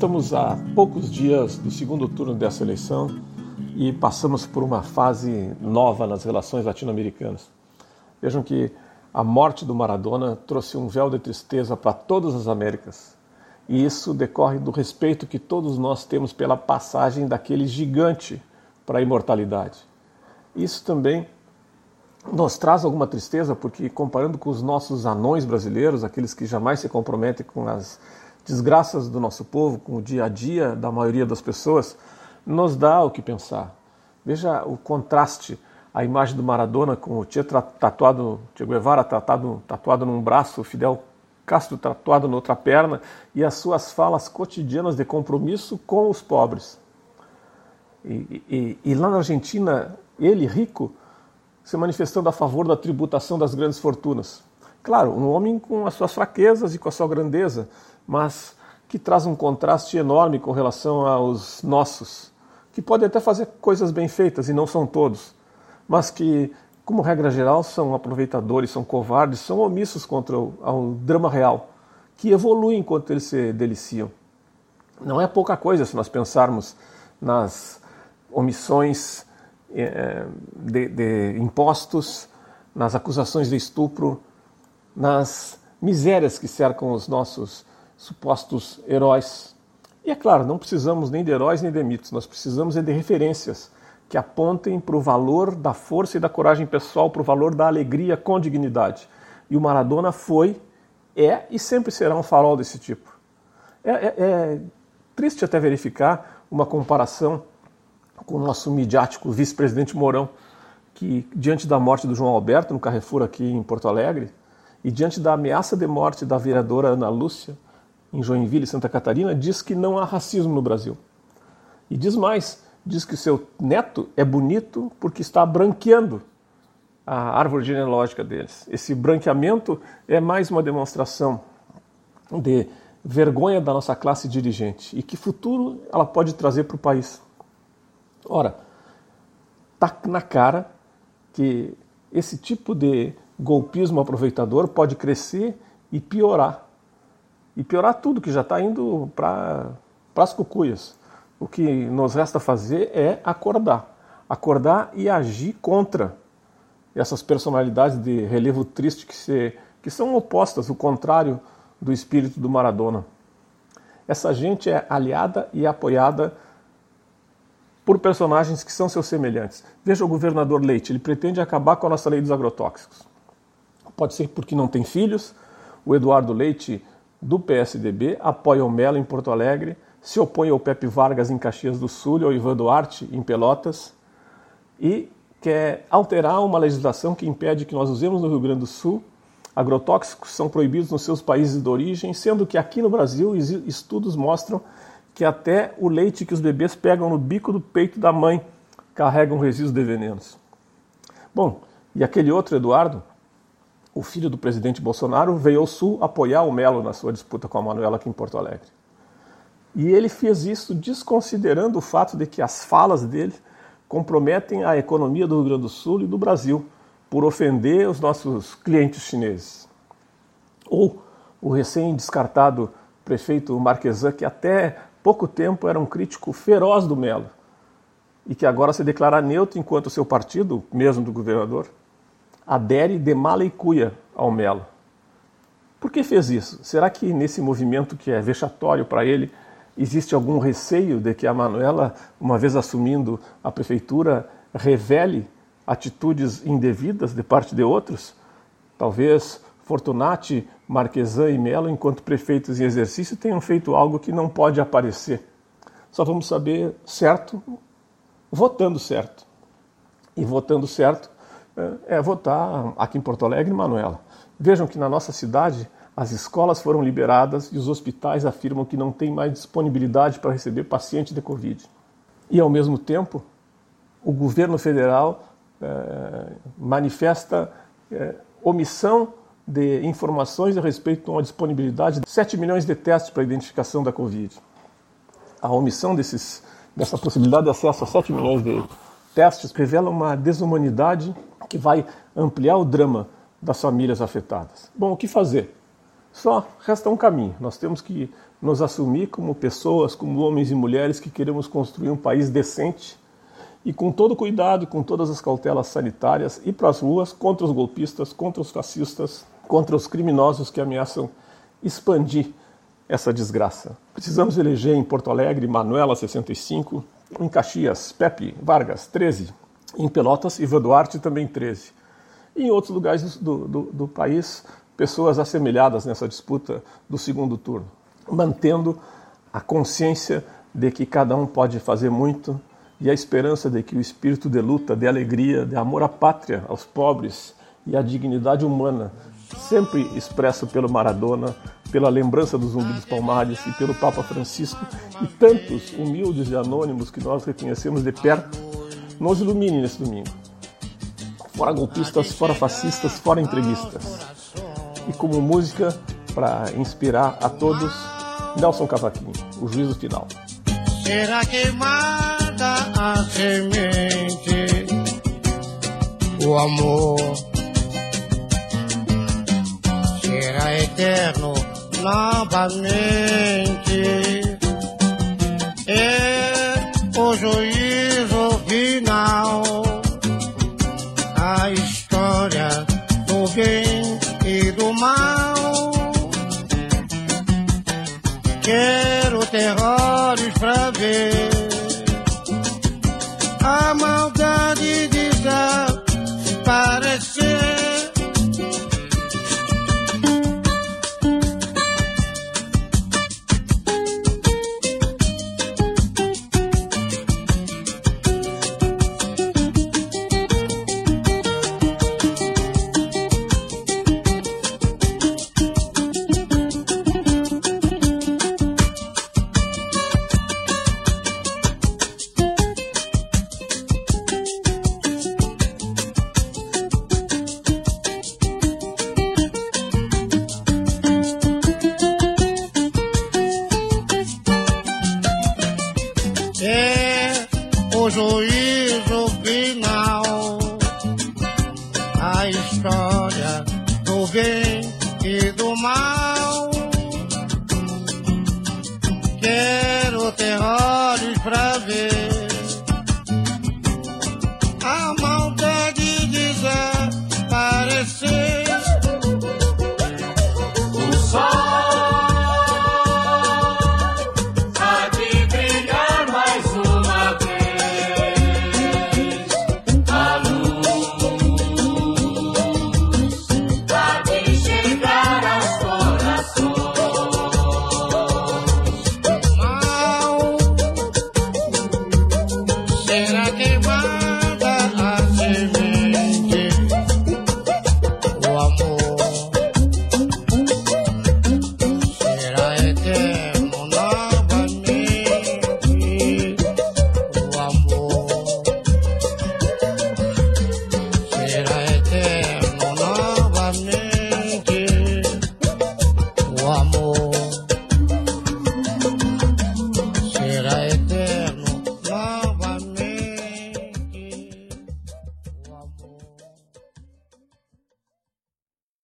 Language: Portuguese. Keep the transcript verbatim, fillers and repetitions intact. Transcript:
estamos a poucos dias do segundo turno dessa eleição e passamos por uma fase nova nas relações latino-americanas. Vejam que a morte do Maradona trouxe um véu de tristeza para todas as Américas. E isso decorre do respeito que todos nós temos pela passagem daquele gigante para a imortalidade. Isso também nos traz alguma tristeza, porque comparando com os nossos anões brasileiros, aqueles que jamais se comprometem com as desgraças do nosso povo, com o dia a dia da maioria das pessoas, nos dá o que pensar. Veja o contraste, a imagem do Maradona com o Che tatuado, Che Guevara tatuado, tatuado num braço, o Fidel Castro tatuado na outra perna, e as suas falas cotidianas de compromisso com os pobres. E, e, e lá na Argentina, ele, rico, se manifestando a favor da tributação das grandes fortunas. Claro, um homem com as suas fraquezas e com a sua grandeza, mas que traz um contraste enorme com relação aos nossos, que podem até fazer coisas bem feitas, e não são todos, mas que, como regra geral, são aproveitadores, são covardes, são omissos contra o, ao drama real, que evolui enquanto eles se deliciam. Não é pouca coisa se nós pensarmos nas omissões eh, de, de impostos, nas acusações de estupro, nas misérias que cercam os nossos supostos heróis. E é claro, não precisamos nem de heróis nem de mitos, nós precisamos de referências que apontem para o valor da força e da coragem pessoal, para o valor da alegria com dignidade. E o Maradona foi, é e sempre será um farol desse tipo. É, é, é triste até verificar uma comparação com o nosso midiático vice-presidente Mourão, que diante da morte do João Alberto, no Carrefour aqui em Porto Alegre, e diante da ameaça de morte da vereadora Ana Lúcia, em Joinville, Santa Catarina, diz que não há racismo no Brasil. E diz mais, diz que o seu neto é bonito porque está branqueando a árvore genealógica deles. Esse branqueamento é mais uma demonstração de vergonha da nossa classe dirigente. E que futuro ela pode trazer para o país? Ora, está na cara que esse tipo de golpismo aproveitador pode crescer e piorar. E piorar tudo, que já está indo para as cucuias. O que nos resta fazer é acordar. Acordar e agir contra essas personalidades de relevo triste que, se, que são opostas, o contrário do espírito do Maradona. Essa gente é aliada e apoiada por personagens que são seus semelhantes. Veja o governador Leite, ele pretende acabar com a nossa lei dos agrotóxicos. Pode ser porque não tem filhos. O Eduardo Leite, do P S D B, apoia o Melo em Porto Alegre, se opõe ao Pepe Vargas em Caxias do Sul e ao Ivan Duarte em Pelotas, e quer alterar uma legislação que impede que nós usemos no Rio Grande do Sul. Agrotóxicos são proibidos nos seus países de origem, sendo que aqui no Brasil estudos mostram que até o leite que os bebês pegam no bico do peito da mãe carrega um resíduo de venenos. Bom, e aquele outro Eduardo, o filho do presidente Bolsonaro, veio ao Sul apoiar o Melo na sua disputa com a Manuela aqui em Porto Alegre. E ele fez isso desconsiderando o fato de que as falas dele comprometem a economia do Rio Grande do Sul e do Brasil, por ofender os nossos clientes chineses. Ou o recém-descartado prefeito Marquesan, que até pouco tempo era um crítico feroz do Melo, e que agora se declara neutro enquanto seu partido, mesmo do governador, adere de mala e cuia ao Melo. Por que fez isso? Será que nesse movimento que é vexatório para ele, existe algum receio de que a Manuela, uma vez assumindo a prefeitura, revele atitudes indevidas de parte de outros? Talvez Fortunati, Marquesan e Melo, enquanto prefeitos em exercício, tenham feito algo que não pode aparecer. Só vamos saber certo votando certo. E votando certo é votar aqui em Porto Alegre, Manuela. Vejam que na nossa cidade as escolas foram liberadas e os hospitais afirmam que não tem mais disponibilidade para receber pacientes de Covid. E, ao mesmo tempo, o governo federal eh, manifesta eh, omissão de informações a respeito de uma disponibilidade de sete milhões de testes para a identificação da Covid. A omissão desses, dessa possibilidade de acesso a sete milhões de testes revela uma desumanidade que vai ampliar o drama das famílias afetadas. Bom, o que fazer? Só resta um caminho. Nós temos que nos assumir como pessoas, como homens e mulheres que queremos construir um país decente e com todo cuidado e com todas as cautelas sanitárias ir para as ruas contra os golpistas, contra os fascistas, contra os criminosos que ameaçam expandir essa desgraça. Precisamos eleger em Porto Alegre Manuela, sessenta e cinco, em Caxias, Pepe Vargas, treze, em Pelotas, Ivan Duarte, também treze. E em outros lugares do, do, do país, pessoas assemelhadas nessa disputa do segundo turno, mantendo a consciência de que cada um pode fazer muito e a esperança de que o espírito de luta, de alegria, de amor à pátria, aos pobres e à dignidade humana, sempre expresso pelo Maradona, pela lembrança do Zumbi dos Palmares e pelo Papa Francisco e tantos humildes e anônimos que nós reconhecemos de perto, nos ilumine nesse domingo. Fora golpistas, fora fascistas, fora entreguistas. E como música, para inspirar a todos, Nelson Cavaquinho, o juízo final. Será queimada a semente, o amor será eterno novamente. É o juízo final, a história do bem e do mal. Quero terrores pra ver a maldade desaparecer. É o juízo final, a história do bem e do mal. Quero terrores pra ver a maldade desaparecer. O sol será queimada a semente, o amor será eterno.